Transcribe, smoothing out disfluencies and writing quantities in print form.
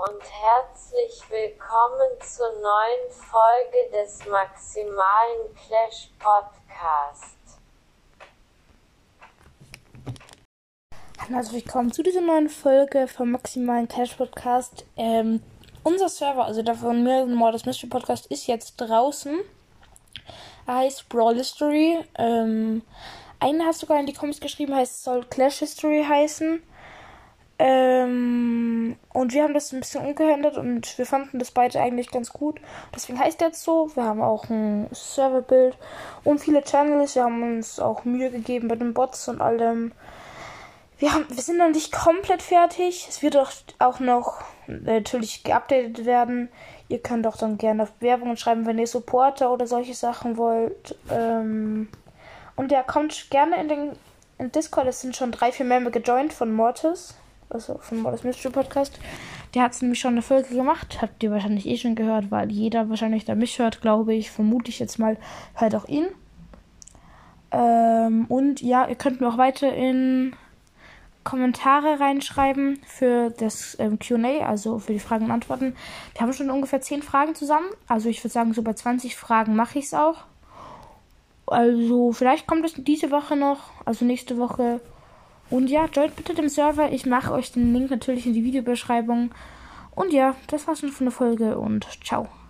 und herzlich willkommen zur neuen Folge des Maximalen Clash Podcast. Hallo, herzlich willkommen zu dieser neuen Folge vom Maximalen Clash Podcast. Unser Server, also der von mir, Mordus Mystery Podcast, ist jetzt draußen. Er heißt Brawl History. Einer hat sogar in die Comments geschrieben, es soll Clash History heißen. Und wir haben das ein bisschen umgeändert und wir fanden das beide eigentlich ganz gut. Deswegen heißt der jetzt so. Wir haben auch ein Serverbild und viele Channels. Wir haben uns auch Mühe gegeben bei den Bots und allem. Wir sind noch nicht komplett fertig. Es wird auch noch natürlich geupdatet werden. Ihr könnt auch dann gerne auf Werbungen schreiben, wenn ihr Supporter oder solche Sachen wollt. Und der kommt gerne in Discord. Es sind schon 3-4 Member gejoint von Mortis. Also von Mordus Mystery Podcast. Der hat nämlich schon eine Folge gemacht. Habt ihr wahrscheinlich eh schon gehört, weil jeder wahrscheinlich, der mich hört, glaube ich, vermute ich jetzt mal, hört auch ihn. Und ja, ihr könnt mir auch weiter in Kommentare reinschreiben für das Q&A, also für die Fragen und Antworten. Wir haben schon ungefähr 10 Fragen zusammen. Also ich würde sagen, so bei 20 Fragen mache ich es auch. Also vielleicht kommt es diese Woche noch, also nächste Woche. Und ja, joint bitte dem Server. Ich mache euch den Link natürlich in die Videobeschreibung. Und ja, das war's schon von der Folge und ciao.